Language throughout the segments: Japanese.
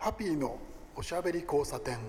ハピーのおしゃべり交差点。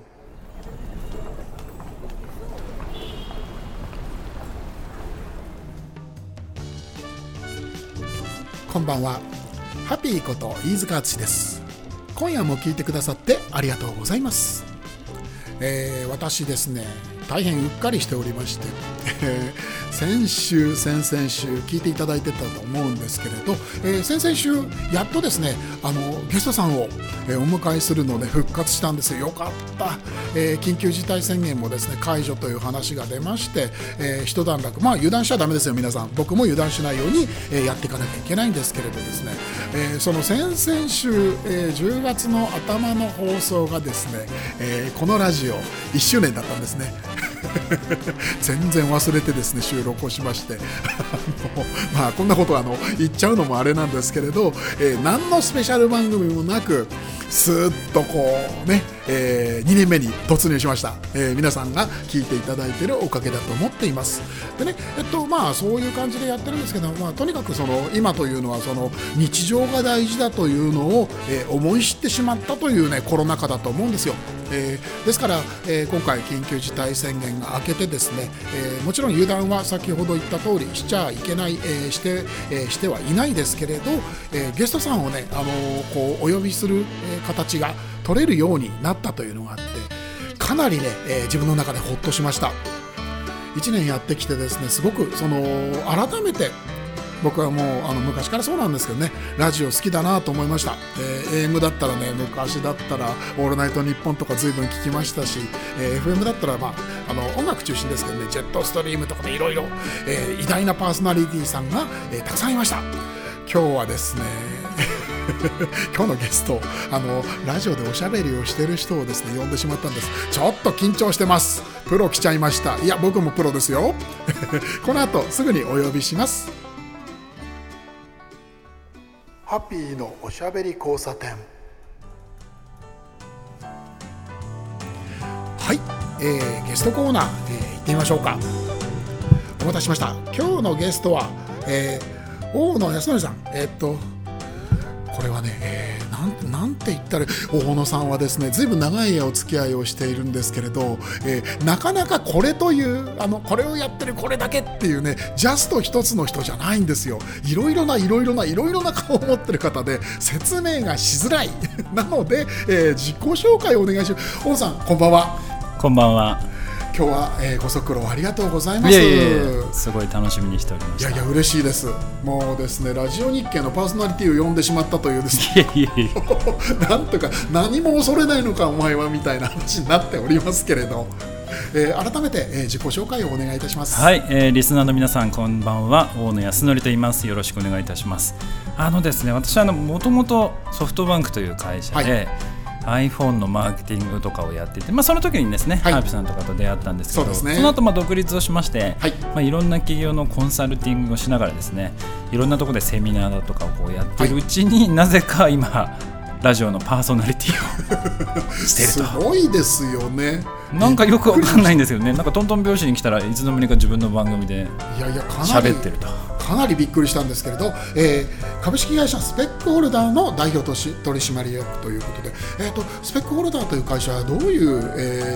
こんばんは。ハピーこと飯塚敦です。今夜も聞いてくださってありがとうございます。私ですね、大変うっかりしておりまして先々週聞いていただいてたと思うんですけれど、先々週やっとですねゲストさんを、お迎えするので復活したんですよ。よかった、緊急事態宣言もですね解除という話が出まして、一段落、油断しちゃダメですよ皆さん。僕も油断しないように、やっていかなきゃいけないんですけれどですね、その先々週、10月の頭の放送がですね、このラジオ1周年だったんですね全然忘れてですね収録をしましてこんなこと言っちゃうのもあれなんですけれど、何のスペシャル番組もなくスーッとこうね、2年目に突入しました。皆さんが聞いていただいているおかげだと思っています。でね、そういう感じでやってるんですけど、とにかく今というのは日常が大事だというのを、思い知ってしまったというねコロナ禍だと思うんですよ。ですから、今回緊急事態宣言が明けてですね、もちろん油断は先ほど言った通りしちゃいけない、してはいないですけれど、ゲストさんをね、こうお呼びする、形が取れるようになったというのがあって、かなりね、自分の中でほっとしました。1年やってきてですね、すごく改めて僕はもう昔からそうなんですけどね、ラジオ好きだなと思いました。AM だったらね、昔だったらオールナイトニッポンとか随分聞きましたし、FM だったら音楽中心ですけどね、ジェットストリームとかね、いろいろ偉大なパーソナリティさんが、たくさんいました。今日はですね今日のゲスト、ラジオでおしゃべりをしてる人をですね呼んでしまったんです。ちょっと緊張してます。プロ来ちゃいました。いや僕もプロですよこの後すぐにお呼びします。ハッピーのおしゃべり交差点。はい、ゲストコーナー、行ってみましょうか。お待たせしました。今日のゲストは、大野康則さん。これはね、なんて言ったら、大野さんはですねずいぶん長いお付き合いをしているんですけれど、なかなかこれというこれをやってるこれだけっていうねジャスト一つの人じゃないんですよ。いろいろな顔を持ってる方で説明がしづらいなので、自己紹介をお願いします。大野さんこんばんは。 こんばんは。 今日は、ご足労ありがとうございます。 すごい楽しみにしておりました。 いや嬉しいです。もうですねラジオ日経のパーソナリティを呼んでしまったというですねなんとか何も恐れないのかお前はみたいな話になっておりますけれど、改めて、自己紹介をお願いいたします。 はい、リスナーの皆さんこんばんは。大野康則と言います。よろしくお願いいたします。ですね、私はもともとソフトバンクという会社で、iPhone のマーケティングとかをやっていて、その時にですね、ハーピーさんとかと出会ったんですけど、 その後独立をしまして、いろんな企業のコンサルティングをしながらですね、いろんなところでセミナーだとかをこうやっているうちに、なぜか今ラジオのパーソナリティをしていると。 すごいですよね。 なんかよくわかんないんですけどね、なんかトントン拍子に来たらいつの間にか自分の番組で喋ってると。 かなりびっくりしたんですけれど、株式会社スペックホルダーの代表取締役ということで、スペックホルダーという会社はどういう、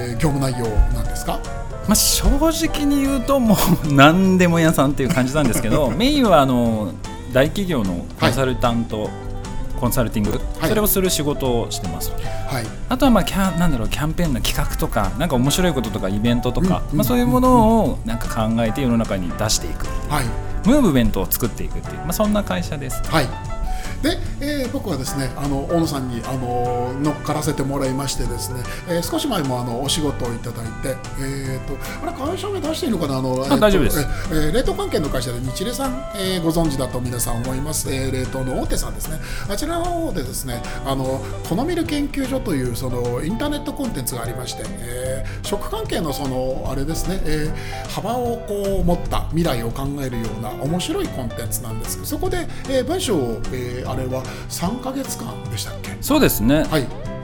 業務内容なんですか？ 正直に言うともう何でも屋さんっていう感じなんですけどメインは大企業のコンサルタント、コンサルティング、それをする仕事をしてます。あとはキャンペーンの企画とか、なんか面白いこととかイベントとか、そういうものをなんか考えて世の中に出していく、ムーブメントを作っていくっていう、そんな会社です。 で、僕はですね大野さんに乗っからせてもらいましてですね、少し前もお仕事をいただいて、あれ会社名出していいのかな。 大丈夫です。 冷凍関係の会社で日冷さん、ご存知だと皆さん思います。冷凍の大手さんですね。あちらの方でですねこのみる研究所というインターネットコンテンツがありまして、食関係のあれですね、幅をこう持った未来を考えるような面白いコンテンツなんですけど、そこで、文章を、あれは3ヶ月間でしたっけ？ そうですね。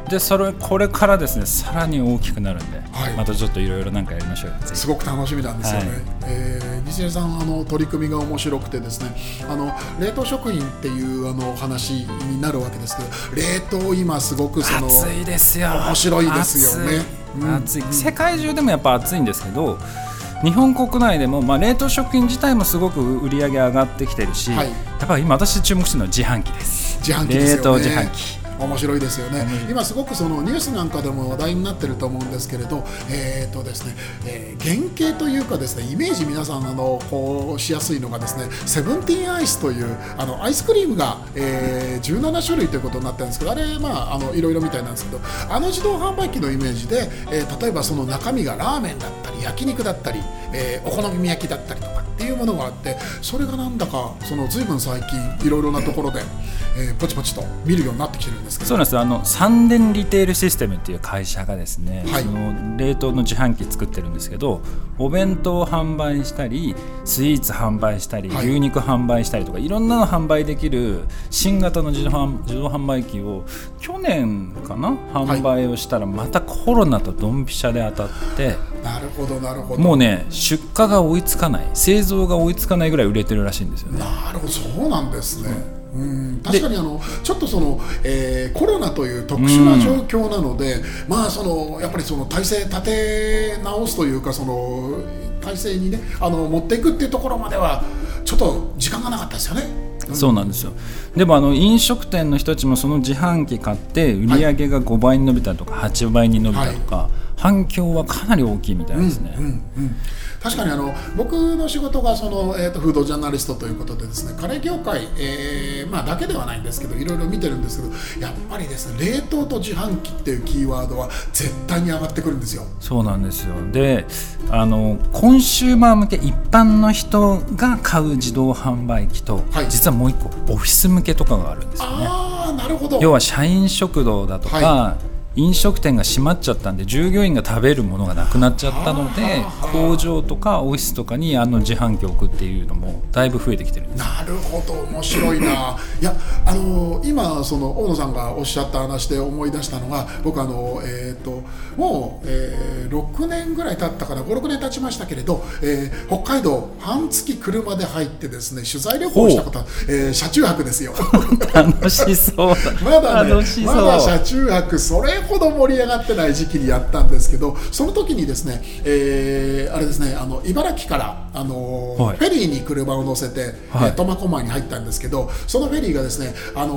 でこれからですねさらに大きくなるんで、 はい、 またちょっといろいろなんかやりましょうよ。 すごく楽しみなんですよね、日清さん取り組みが面白くてですね、冷凍食品っていう話になるわけですけど、冷凍今すごく熱いですよ。 面白いですよね。 熱い、世界中でもやっぱ熱いんですけど、日本国内でも、冷凍食品自体もすごく売り上げ上がってきてるし、やっぱり今私注目してるのは自販機です。 自販機ですよね。 冷凍自販機面白いですよね、今すごくニュースなんかでも話題になってると思うんですけれど、ですね、原型というかですね、イメージ皆さんこうしやすいのがですね、セブンティーンアイスというアイスクリームが、17種類ということになってるんですけど、あれいろいろみたいなんですけど、自動販売機のイメージで、例えばその中身がラーメンだったり焼肉だったり、お好み焼きだったりとかっていうものがあって、それがなんだか随分最近いろいろなところで、ポチポチと見るようになってきてるんですけど。 そうなんです。三電リテールシステムっていう会社がですね、その冷凍の自販機作ってるんですけど、お弁当を販売したりスイーツ販売したり、牛肉販売したりとかいろんなの販売できる新型の自動販売機を去年かな販売をしたら、またコロナとドンピシャで当たって、 なるほどなるほど。 もうね出荷が追いつかない、製造が追いつかないぐらい売れてるらしいんですよね。 なるほど、そうなんですね。確かにちょっとコロナという特殊な状況なので、やっぱり体制立て直すというか、体制にね持っていくっていうところまではちょっと時間がなかったですよね。 そうなんですよ。でも飲食店の人たちもその自販機買って売り上げが5倍に伸びたとか8倍に伸びたとか、反響はかなり大きいみたいですね。 確かに僕の仕事がフードジャーナリストということでですね、カレー業界、だけではないんですけどいろいろ見てるんですけど、やっぱりですね、冷凍と自販機っていうキーワードは絶対に上がってくるんですよ。 そうなんですよ。でコンシューマー向け、一般の人が買う自動販売機と、実はもう一個オフィス向けとかがあるんですよね。 なるほど。 要は社員食堂だとか、飲食店が閉まっちゃったんで従業員が食べるものがなくなっちゃったので、工場とかオフィスとかに自販機を置くっていうのもだいぶ増えてきてるんです。 なるほど、面白いな。いや今大野さんがおっしゃった話で思い出したのが、僕もう、6年ぐらい経ったから5、6年経ちましたけれど、北海道半月車で入ってですね、取材旅行をしたことは、車中泊ですよ。 楽しそうだ。 まだ車中泊それほど盛り上がってない時期にやったんですけど、その時にですね、あれですね、茨城からフェリーに車を乗せて、苫小牧に入ったんですけど、そのフェリーがですね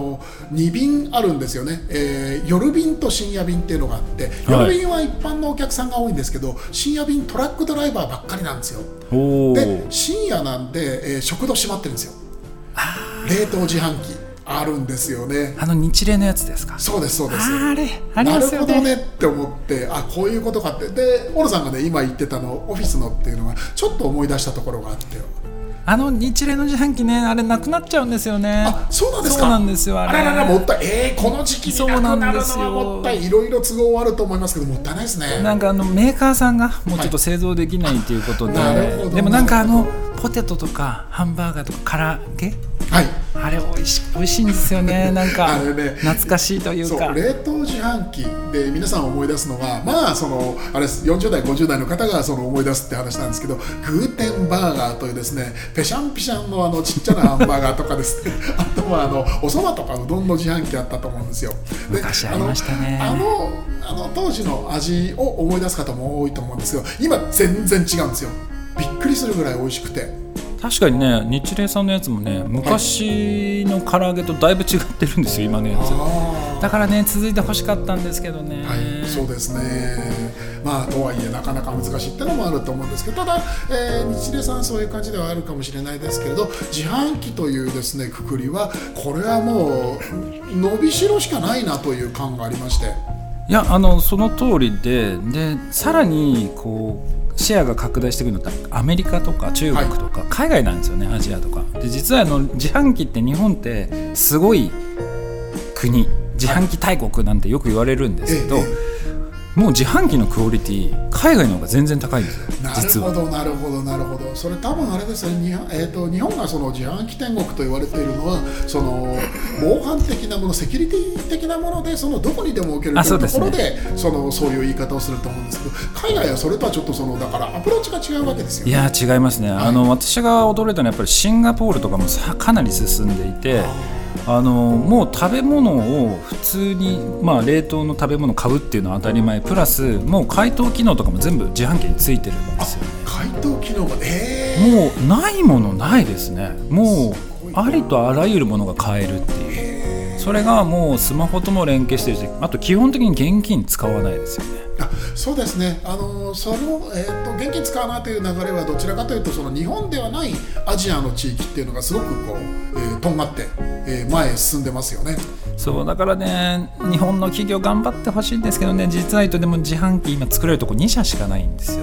2便あるんですよね。夜便と深夜便っていうのがあって、夜便は一般のお客さんが多いんですけど、深夜便トラックドライバーばっかりなんですよ。で深夜なんで、食堂閉まってるんですよ。冷凍自販機あるんですよね。 日冷のやつですか。 そうです。 ありなますよね。 るほどねって思って、こういうことかって。で大野さんがね今言ってたオフィスのっていうのはちょっと思い出したところがあって、 日冷の自販機ね、あれなくなっちゃうんですよね。 そうなんですか。 そうなんですよ。 あれもったい、この時期になくなるのはもったい。いろいろ都合あると思いますけど、もったいないですね。 なんかメーカーさんがもうちょっと製造できないということで、でもなんかポテトとかハンバーガーとか唐揚げ、あれ美味しいんですよね。なんか懐かしいというか。 冷凍自販機で皆さん思い出すのが、あれ40代50代の方が思い出すって話なんですけど、グーテンバーガーというですね、ペシャンピシャンのちっちゃなハンバーガーとかですねあとはお蕎麦とかうどんの自販機あったと思うんですよ。 昔ありましたね。 当時の味を思い出す方も多いと思うんですけど、今全然違うんですよ。びっくりするぐらい美味しくて。 確かにね、日冷さんのやつもね、昔の唐揚げとだいぶ違ってるんですよ、今のやつ。だからね、続いて欲しかったんですけどね。 そうですね。とはいえなかなか難しいってのもあると思うんですけど、ただ、日冷さんそういう感じではあるかもしれないですけれど、自販機というですねくくりは、これはもう伸びしろしかないなという感がありまして。 いや、その通りで、さらにシェアが拡大してくるのってアメリカとか中国とか海外なんですよね、アジアとかで。実は自販機って日本ってすごい国、自販機大国なんてよく言われるんですけど、もう自販機のクオリティ海外の方が全然高いんですよ。実はなるほど。それ多分あれですよね。日本が自販機天国と言われているのは、 防犯的なもの、セキュリティ的なものでどこにでも置けるというところでそういう言い方をすると思うんですけど、海外はそれとはちょっとだからアプローチが違うわけですよね。 いや違いますね、私が驚いたのはやっぱりシンガポールとかもかなり進んでいて、もう食べ物を普通に、冷凍の食べ物を買うっていうのは当たり前、プラスもう解凍機能とかも全部自販機についてるんですよね。 解凍機能が、もうないものないですね。もうありとあらゆるものが買えるっていう、それがもうスマホとも連携してるし、あと基本的に現金使わないですよね。 そうですね、現金使わないという流れはどちらかというと日本ではないアジアの地域っていうのがすごくとんがって、前へ進んでますよね。 そうだからね、日本の企業頑張ってほしいんですけどね、実は言うとでも自販機今作れるとこ2社しかないんですよ。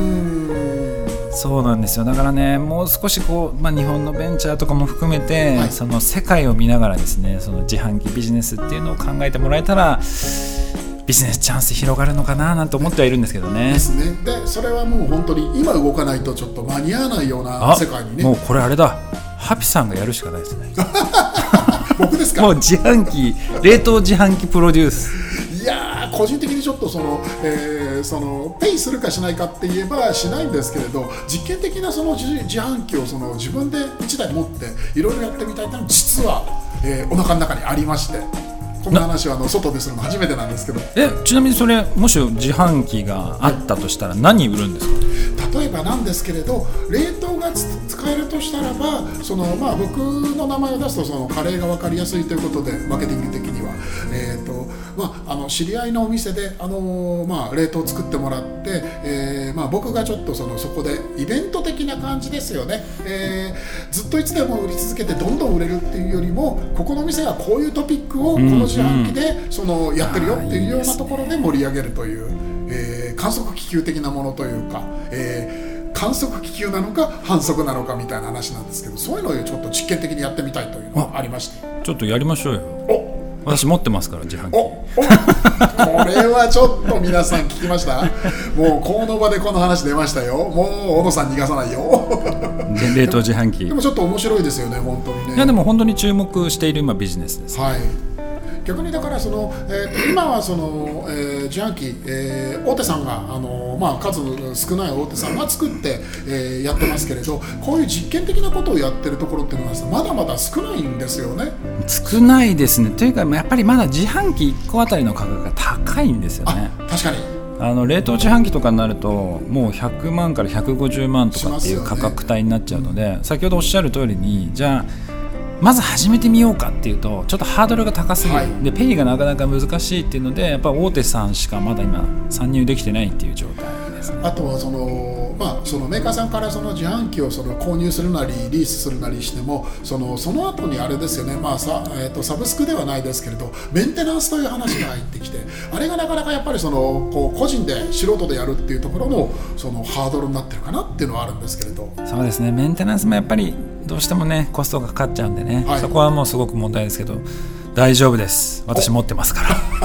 そうなんですよ。だからね、もう少し日本のベンチャーとかも含めて、世界を見ながらですね、自販機ビジネスっていうのを考えてもらえたらビジネスチャンス広がるのかななんて思ってはいるんですけどね。 ですね。でそれはもう本当に今動かないとちょっと間に合わないような世界にね。 もうこれあれだ、ハピさんがやるしかないですね。 僕ですか。 もう自販機、冷凍自販機プロデュース。 いや個人的にちょっとペイするかしないかって言えばしないんですけれど、実験的な自販機を自分で1台持っていろいろやってみたいというのは実は、お腹の中にありまして、こんな話は外でするの初めてなんですけど。 ちなみにそれもし自販機があったとしたら何売るんですか。 例えばなんですけれど、冷凍が使えるとしたらば僕の名前を出すとカレーが分かりやすいということで、マーケティング的には知り合いのお店で冷凍を作ってもらって、僕がちょっとそこでイベント的な感じですよね、ずっといつでも売り続けてどんどん売れるっていうよりも、ここの店はこういうトピックをこの自販機でやってるよっていうようなところで盛り上げるという、観測気球的なものというか、観測気球なのか反則なのかみたいな話なんですけど、そういうのをちょっと実験的にやってみたいというのがありまして、 ちょっとやりましょうよ。私持ってますから自販機。 これはちょっと皆さん聞きました。もうこの場でこの話出ましたよ。もう小野さん逃がさないよ。 冷凍自販機でもちょっと面白いですよね、本当にね。 いやでも本当に注目している今ビジネスです、 はい。逆にだから今は自販機、大手さんが数少ない大手さんが作って、やってますけれど、こういう実験的なことをやってるところっていうのはまだまだ少ないんですよね。 少ないですね。というかやっぱりまだ自販機1個あたりの価格が高いんですよね。 確かに冷凍自販機とかになるともう100万から150万とかっていう価格帯になっちゃうので、先ほどおっしゃる通りに、じゃあまず始めてみようかっていうとちょっとハードルが高すぎる、でペイがなかなか難しいっていうので、やっぱ大手さんしかまだ今参入できてないっていう状態ですね。 あとはメーカーさんから自販機を購入するなりリースするなりしても、その後にあれですよね、サブスクではないですけれどメンテナンスという話が入ってきて、あれがなかなかやっぱり個人で素人でやるっていうところのハードルになってるかなっていうのはあるんですけれど。 そうですね、メンテナンスもやっぱりどうしてもねコストがかかっちゃうんでね、そこはもうすごく問題ですけど、大丈夫です、私持ってます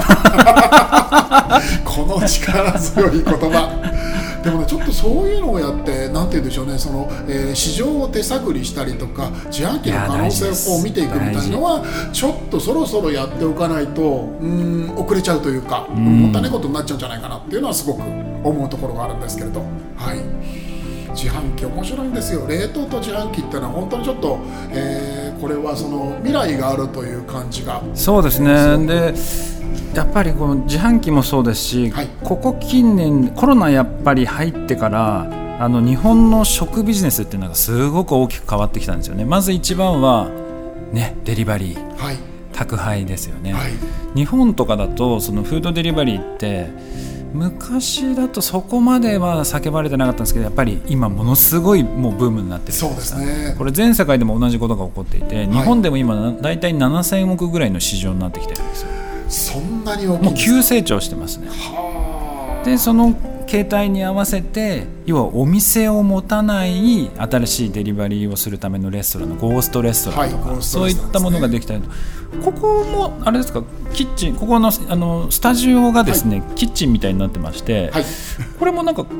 からこの力強い言葉でもね、ちょっとそういうのをやってなんて言うんでしょうね、市場を手探りしたりとか自販機の可能性を見ていくみたいなのはちょっとそろそろやっておかないと遅れちゃうというか、もったいないことになっちゃうんじゃないかなっていうのはすごく思うところがあるんですけれど、はい。自販機面白いんですよ。冷凍と自販機っていうのは本当にちょっと、これは未来があるという感じが。 そうですね。でやっぱりこの自販機もそうですし、ここ近年コロナやっぱり入ってから日本の食ビジネスっていうのがすごく大きく変わってきたんですよね。まず一番はね、デリバリー、宅配ですよね、日本とかだとフードデリバリーって昔だとそこまでは叫ばれてなかったんですけど、やっぱり今ものすごいもうブームになってるんです。 そうですね。 これ全世界でも同じことが起こっていて、日本でも今だいたい7000億ぐらいの市場になってきてるんですよ。 そんなに大きいんですか。 もう急成長してますね。でその形態に合わせて、要はお店を持たない新しいデリバリーをするためのレストランのゴーストレストランとか、そういったものができたりと、ここもあれですか、キッチン、ここのスタジオがですね、キッチンみたいになってまして、これもなんか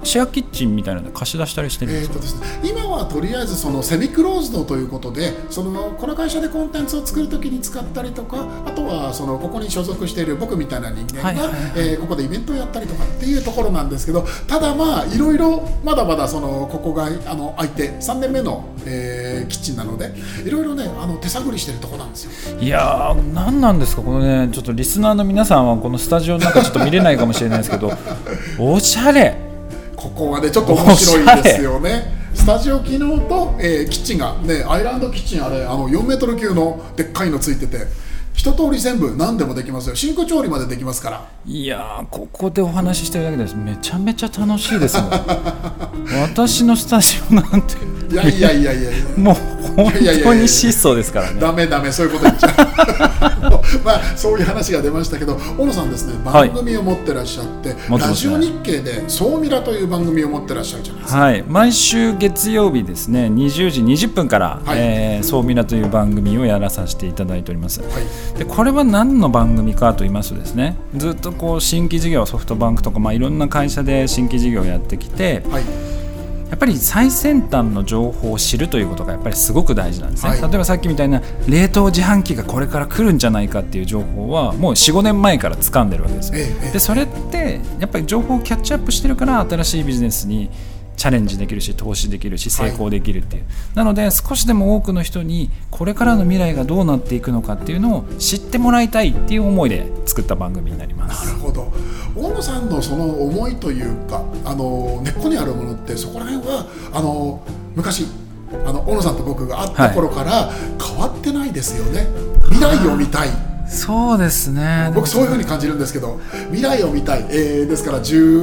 シェアキッチンみたいなので貸し出したりしてるんですか？ ですね、今はとりあえずそのセミクローズドということで、この会社でコンテンツを作るときに使ったりとか、あとはここに所属している僕みたいな人間が、ここでイベントをやったりとかっていうところなんですけど、ただいろいろまだまだここが空いて3年目の、キッチンなので、いろいろね手探りしてるところなんですよ。 いやー、何なんですかこのね、ちょっとリスナーの皆さんはこのスタジオの中ちょっと見れないかもしれないですけどおしゃれ、 ここはねちょっと面白いですよね。スタジオ機能と、キッチンがね、アイランドキッチン、あれ4メートル級のでっかいのついてて、一通り全部何でもできますよ。真空調理までできますから。いやー、ここでお話ししてるだけですめちゃめちゃ楽しいですもん私のスタジオなんていやもう本当に質素ですからね。 ダメそういうこと言っちゃうそういう話が出ましたけど、大野さんですね、番組を持ってらっしゃって、ラジオ日経で総ミラという番組を持ってらっしゃるじゃないですか。 はい、毎週月曜日ですね、20時20分から、総ミラという番組をやらさせていただいております。でこれは何の番組かと言いますとですね、ずっと新規事業、ソフトバンクとか、いろんな会社で新規事業をやってきて、やっぱり最先端の情報を知るということがやっぱりすごく大事なんですね。例えばさっきみたいな冷凍自販機がこれから来るんじゃないかっていう情報はもう 4,5 年前から掴んでるわけですよ。でそれってやっぱり情報をキャッチアップしてるから新しいビジネスにチャレンジできるし、投資できるし、成功できるっていう、なので少しでも多くの人にこれからの未来がどうなっていくのかっていうのを知ってもらいたいっていう思いで作った番組になります。 なるほど。大野さんのその思いというか、根っこにあるものって、そこら辺は昔大野さんと僕が会った頃から変わってないですよね。未来を見たい。 そうですね。 僕そういう風に感じるんですけど、未来を見たい、ですから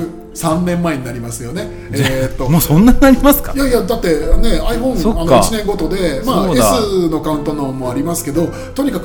13年前になりますよね。 もうそんなになりますか？ いやだってね、 iPhone 1年ごとで、S のカウントのもありますけど、とにかく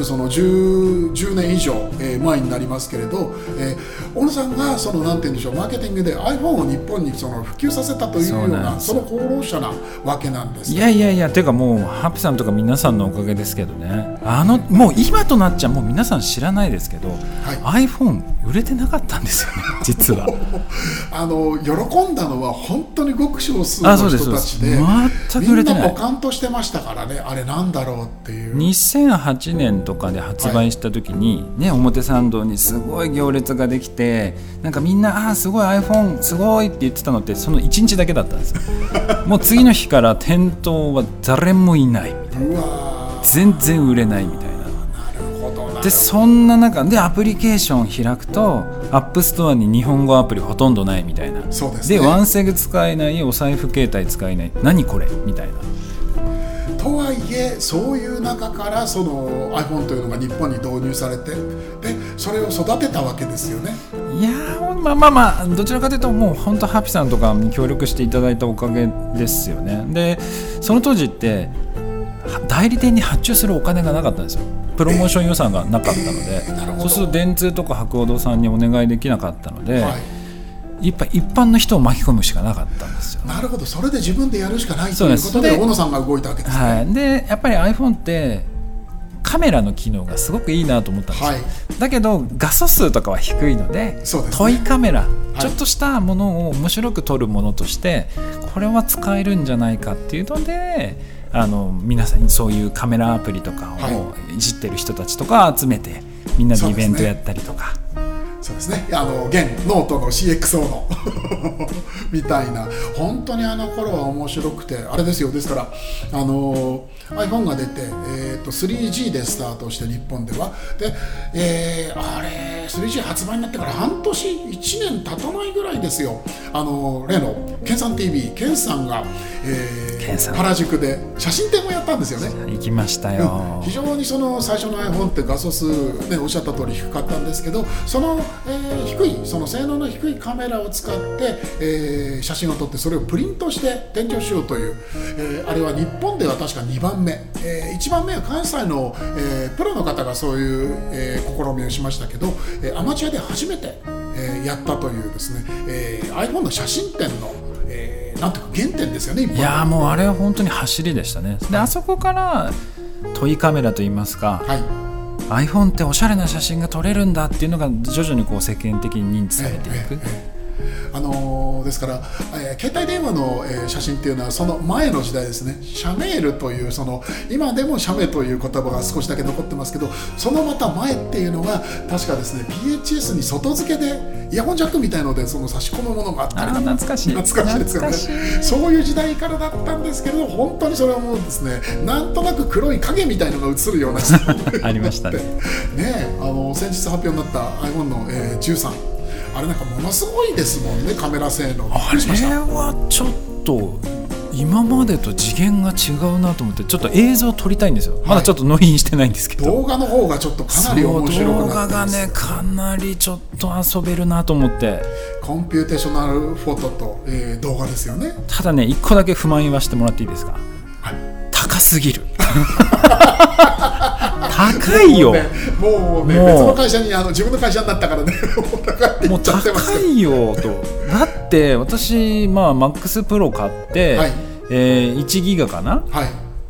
10年以上、前になりますけれど、小野さんがなんて言うんでしょう、マーケティングで iPhone を日本に普及させたというような、その功労者なわけなんです。 いやていうか、もうハッピーさんとか皆さんのおかげですけどね。もう今となっちゃもう皆さん知らないですけど、iPhone 売れてなかったんですよね実は喜んだのは本当にごく少数の人たちで、 全く売れてない。 みんなポカンとしてましたからね、あれなんだろうっていう。 2008年とかで発売した時に、表参道にすごい行列ができて、なんかみんなすごい iPhone すごいって言ってたのってその1日だけだったんですよもう次の日から店頭は誰もいないみたいな、全然売れないみたいな。でそんな中でアプリケーションを開くとアップストアに日本語アプリほとんどないみたいな。 そうですね。 でワンセグ使えない、お財布携帯使えない、何これみたいな。 とはいえそういう中からiPhone というのが日本に導入されて、でそれを育てたわけですよね。 いやどちらかというともう本当ハッピーさんとかに協力していただいたおかげですよね。でその当時って代理店に発注するお金がなかったんですよ。プロモーション予算がなかったので、そうすると電通とか博報堂さんにお願いできなかったので、一般の人を巻き込むしかなかったんですよ。 なるほど。それで自分でやるしかないということで小野さんが動いたわけですね。 でやっぱり iPhone ってカメラの機能がすごこいいなと思ったんですよ。だけど画素数とかは低いので、トイカメラ、ちょっとしたものを面白く撮るものとしてこれは使えるんじゃないかっていうので、皆さんにそういうカメラアプリとかをいじってる人たちとか集めて、みんなでイベントやったりとか。 そうですね。現ノートの CXO のみたいな、本当に頃は面白くて、あれですよ。ですからiPhone が出て、3G でスタートして日本ではで、あれ 3G 発売になってから半年1年経たないぐらいですよ。例のケンさん TV、ケンさんが、原宿で写真展をやったんですよね。 行きましたよ。 非常に最初の iPhone って画素数、おっしゃった通り低かったんですけど、性能の低いカメラを使って、写真を撮ってそれをプリントして展示をしようという、あれは日本では確か2番目、1番目は関西の、プロの方がそういう、試みをしましたけど、アマチュアで初めて、やったというですね、iPhone の写真展の、なんていうか原点ですよね。 いやもうあれは本当に走りでしたね。であそこからトイカメラといいますか、iPhone っておしゃれな写真が撮れるんだっていうのが徐々に世間的に認知されていく。 ですから、携帯電話の、写真っていうのはその前の時代ですね。シャメールという今でもシャメという言葉が少しだけ残ってますけど、そのまた前っていうのが確かですね PHS に外付けでイヤホンジャックみたいので差し込むものがあったりとか、 懐かしいですよね。そういう時代からだったんですけれど、本当にそれはもうですね、なんとなく黒い影みたいのが映るようなありましたね。 先日発表になった iPhone の、13、あれなんかものすごいですもんね、カメラ性能。 あれはちょっと今までと次元が違うなと思って、ちょっと映像を撮りたいんですよ。まだちょっと納品してないんですけど、 動画の方がちょっとかなり面白くなってます。 動画がねかなりちょっと遊べるなと思って。 コンピューテーショナルフォトと、動画ですよね。 ただね、1個だけ不満言わせてもらっていいですか。 はい、 高すぎる。高いよ。 もうね、別の会社に自分の会社になったからね、 もう高いよと。だって私、MAX Pro 買って、はい、1ギガかな、はい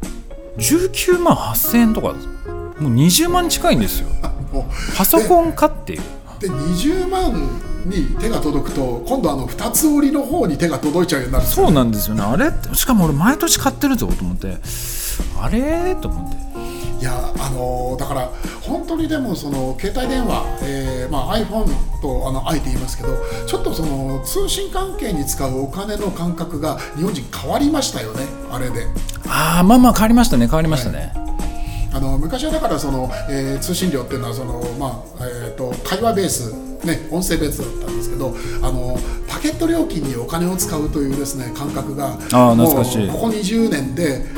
、19万8000円とか、もう20万近いんですよ。パソコン買っていうで20万に手が届くと、今度2つ折りの方に手が届いちゃうようになるんですよね。 そうなんですよね。あれ、しかも俺毎年買ってるぞと思って、あれと思って。 いや、だから本当にでも携帯電話、iPhone とあえて言いますけど、ちょっと通信関係に使うお金の感覚が日本人変わりましたよね、あれで。 変わりましたね、はい、 昔はだから通信料っていうのは会話ベース、ね、音声ベースだったんですけど、パケット料金にお金を使うというですね感覚がもうここ20年で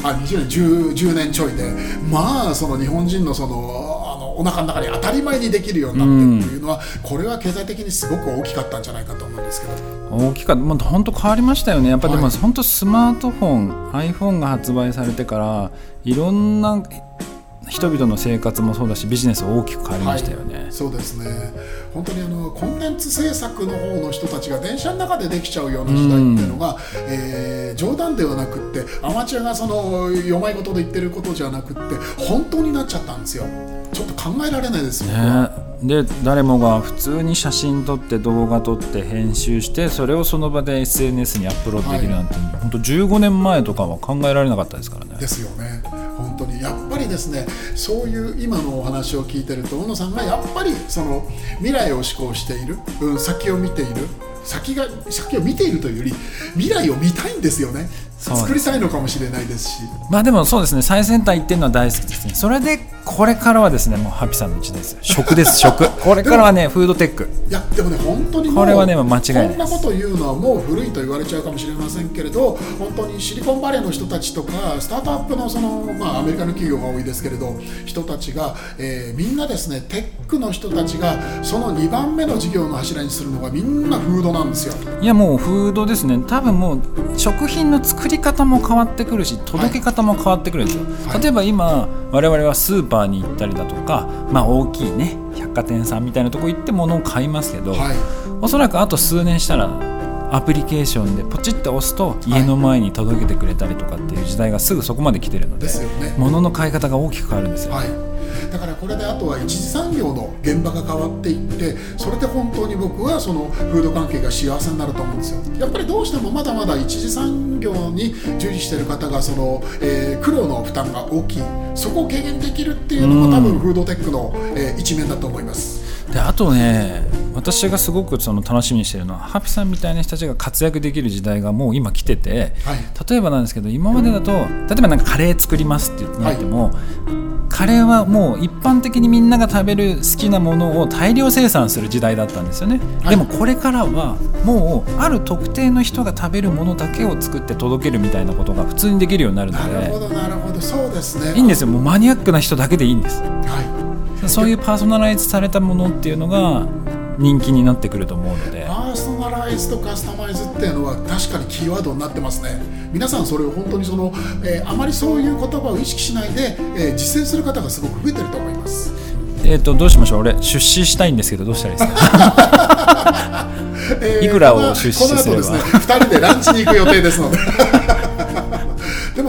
10年ちょいで、日本人のお腹の中に当たり前にできるようになってっていうのは、これは経済的にすごく大きかったんじゃないかと思うんですけど。 大きかった。本当変わりましたよね。やっぱでも本当スマートフォン、iPhone が発売されてからいろんな人々の生活もそうだし、ビジネス大きく変わりましたよね。 そうですね。本当にコンテンツ制作の方の人たちが電車の中でできちゃうような時代っていうのが、冗談ではなくって、アマチュアがよまい事で言ってることじゃなくって本当になっちゃったんですよ。ちょっと考えられないですよね。 で誰もが普通に写真撮って動画撮って編集して、それをその場で SNS にアップロードできるなんて、本当15年前とかは考えられなかったですからね。 ですよね。本当にやっぱりですね、そういう今のお話を聞いてると、小野さんがやっぱり未来を思考している、先を見ている、先を見ているというより未来を見たいんですよね。作りたいのかもしれないですし、 でもそうですね、最先端行ってるのは大好きですね。それでこれからはですね、もうハピさんの時代ですよ。食です、食。これからはね、フードテック。 いやでもね、本当にもうこれはね、間違いないです。 こんなこと言うのはもう古いと言われちゃうかもしれませんけれど、本当にシリコンバレーの人たちとかスタートアップのアメリカの企業が多いですけれど、人たちが、みんなですね、テックの人たちがその2番目の事業の柱にするのがみんなフードなんですよ。 いやもうフードですね。多分もう食品の作り方も変わってくるし、届け方も変わってくるんですよ。例えば今我々はスーパーに行ったりだとか、大きいね百貨店さんみたいなとこ行って物を買いますけど、おそらくあと数年したらアプリケーションでポチッと押すと家の前に届けてくれたりとかっていう時代がすぐそこまで来てるので、物の買い方が大きく変わるんですよ。 だからこれであとは一次産業の現場が変わっていって、それで本当に僕はフード関係が幸せになると思うんですよ。やっぱりどうしてもまだまだ一次産業に従事している方が苦労の負担が大きい、そこを軽減できるっていうのが多分フードテックの、一面だと思います。 であとね、私がすごく楽しみにしているのは、ハピさんみたいな人たちが活躍できる時代がもう今来てて、例えばなんですけど、今までだと例えばなんかカレー作りますって言ってなっても、カレーはもう一般的にみんなが食べる好きなものを大量生産する時代だったんですよね。でもこれからはもうある特定の人が食べるものだけを作って届けるみたいなことが普通にできるようになるので。 なるほどなるほど、そうですね。 いいんですよ。もうマニアックな人だけでいいんです。そういうパーソナライズされたものっていうのが人気になってくると思うので、 パーソナライズとカスタマイズっていうのは確かにキーワードになってますね。皆さんそれを本当にあまりそういう言葉を意識しないで、実践する方がすごく増えてると思います。 どうしましょう。俺出資したいんですけど、どうしたらいいですか。いくらを出資すれば。 この後ですね、2人でランチに行く予定ですのででもちょっとここ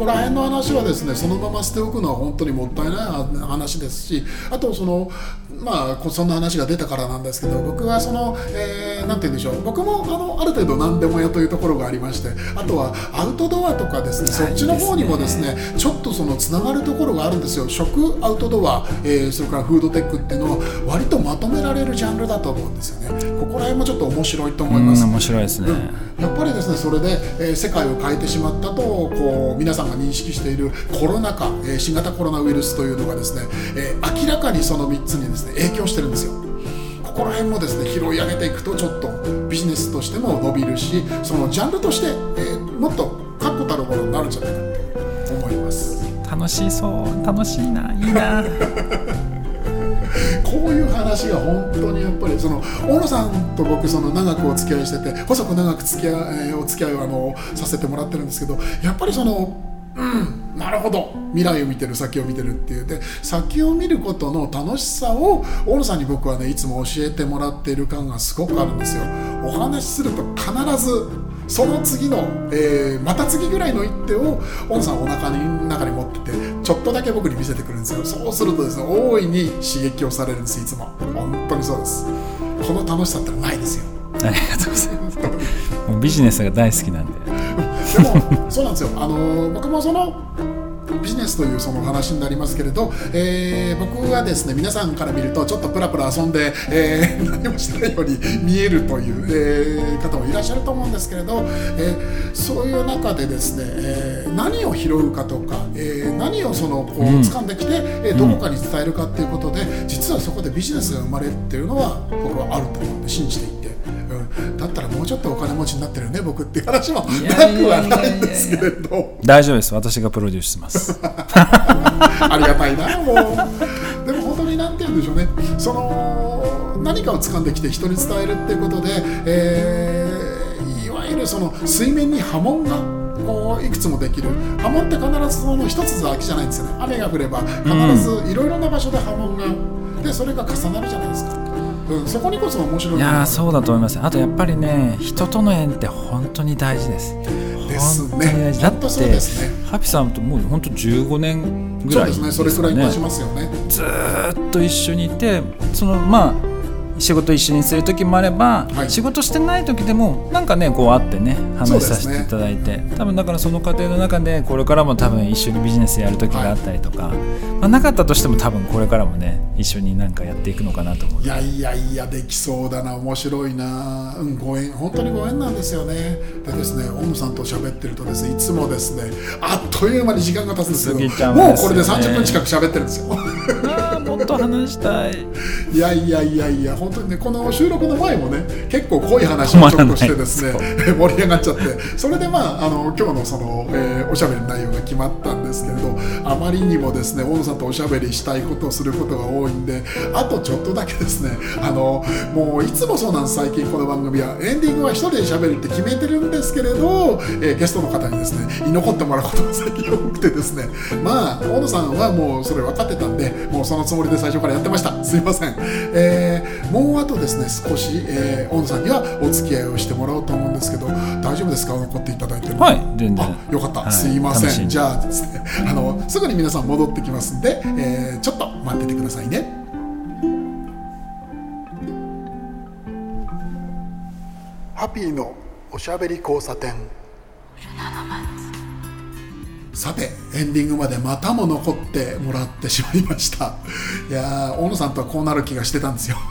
ら辺の話はですねそのまま捨ておくのは本当にもったいない話ですし、あとそんな話が出たからなんですけど、僕はなんて言うんでしょう、僕もある程度何でもやというところがありまして、あとはアウトドアとかですね、そっちの方にもですねちょっとつながるところがあるんですよ。食アウトドア、それからフードテックっていうのは割とまとめられるジャンルだと思うんですよね。ここら辺もちょっと面白いと思います。 面白いですね、 やっぱりですねそれで、世界を変えてしまったと皆さんが認識しているコロナ禍、新型コロナウイルスというのがですね、明らかにその3つにですね影響してるんですよ。ここら辺もですね拾い上げていくとちょっとビジネスとしても伸びるし、そのジャンルとして、もっと確固たるものになるんじゃないかと思います。 楽しそう、楽しいな、いいなこういう話が本当にやっぱり大野さんと僕長くお付き合いしてて、細く長くお付き合いをさせてもらってるんですけど、やっぱりなるほど、未来を見てる、先を見てるっていうで、先を見ることの楽しさを大野さんに僕はねいつも教えてもらっている感がすごくあるんですよ。お話しすると必ずその次の、また次ぐらいの一手を大野さんお中に持っててちょっとだけ僕に見せてくるんですよ。そうするとですね大いに刺激をされるんです。いつも本当にそうです。この楽しさってのはないですよ。 ありがとうございますもうビジネスが大好きなんででもそうなんですよ。僕もビジネスという話になりますけれど、僕はですね皆さんから見るとちょっとプラプラ遊んで、何もしてないように見えるという、方もいらっしゃると思うんですけれど、そういう中でですね、何を拾うかとか、何を掴んできて、どこかに伝えるかっていうことで、実はそこでビジネスが生まれるっていうのは僕はあると思って信じていて、だったらもうちょっとお金持ちになってるね僕っていう話もなくはないんですけれど、 大丈夫です、私がプロデュースしますありがたいな。もうでも本当になんて言うんでしょうね、何かを掴んできて人に伝えるっていうことで、いわゆる水面に波紋がいくつもできる。波紋って必ず一つだけじゃないんですよね。雨が降れば必ずいろいろな場所で波紋が、でそれが重なるじゃないですか。そこにこそ面白い。 いやそうだと思います。あとやっぱりね、人との縁って本当に大事です。 ですね。 だってハピさんともう本当15年ぐらいですね。 それくらい経ちますよね。 ずっと一緒にいて、仕事一緒にする時もあれば、仕事してない時でもなんかね会ってね話させていただいて、多分だからその過程の中でこれからも多分一緒にビジネスやる時があったりとか、なかったとしても多分これからもね一緒になんかやっていくのかなと思う。 いやできそうだな、面白いな。ご縁、本当にご縁なんですよね。でですね、大野さんと喋ってるとですね、いつもですねあっという間に時間が経つんですけど、もうこれで30分近く喋ってるんですよもっと話したい。 いや本当にね、この収録の前もね結構濃い話をちょっとしてですね盛り上がっちゃって、それで今日のおしゃべりの内容が決まったんですけれど、あまりにもですね大野さんとおしゃべりしたいことをすることが多いんで、あとちょっとだけですね、もういつもそうなんです。最近この番組はエンディングは一人でしゃべるって決めてるんですけれど、ゲストの方にですね居残ってもらうことが最近多くてですね、大野さんはもうそれ分かってたんで、もうそのつもりで最初からやってました。すいません。もうあとですね少し、大野さんにはお付き合いをしてもらおうと思うんですけど、大丈夫ですか、残っていただいてるの。 はい、全然。 よかった、すいません。じゃあですね、すぐに皆さん戻ってきますんで、ちょっと待っててくださいね。ハピーのおしゃべり交差点。さてエンディングまでまたも残ってもらってしまいました。いや大野さんとはこうなる気がしてたんですよ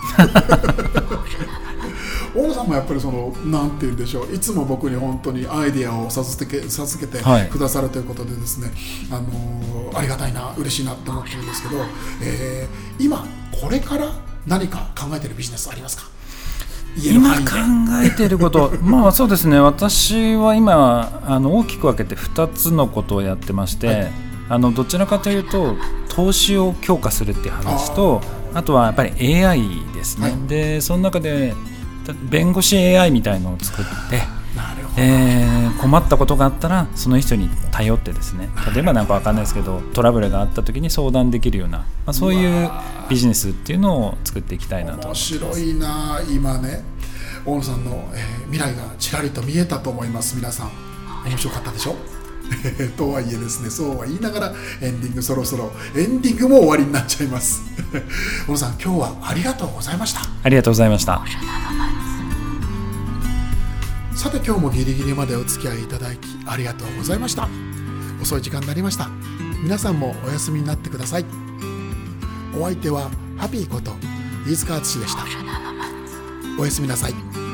大野さんもやっぱりなんて言うんでしょう、いつも僕に本当にアイディアを授けてくださるということでですね、ありがたいな、嬉しいなって思ってるんですけど、今これから何か考えてるビジネスありますか？ 今考えていることそうですね、私は今大きく分けて2つのことをやってまして、どちらかというと投資を強化するっていう話と、あとはやっぱり AI ですね、でその中で弁護士 AI みたいのを作って、困ったことがあったらその人に頼ってですね、例えばなんか分かんないですけどトラブルがあった時に相談できるような、そういうビジネスっていうのを作っていきたいなと。 面白いな。今ね大野さんの、未来がちらりと見えたと思います。皆さん面白かったでしょ。 とはいえですね、そうは言いながらエンディング、そろそろエンディングも終わりになっちゃいます。小野さん、今日はありがとうございました。 ありがとうございました。 さて、今日もギリギリまでお付き合いいただきありがとうございました。遅い時間になりました。皆さんもお休みになってください。お相手はハッピーこと飯塚敦でした。おやすみなさい。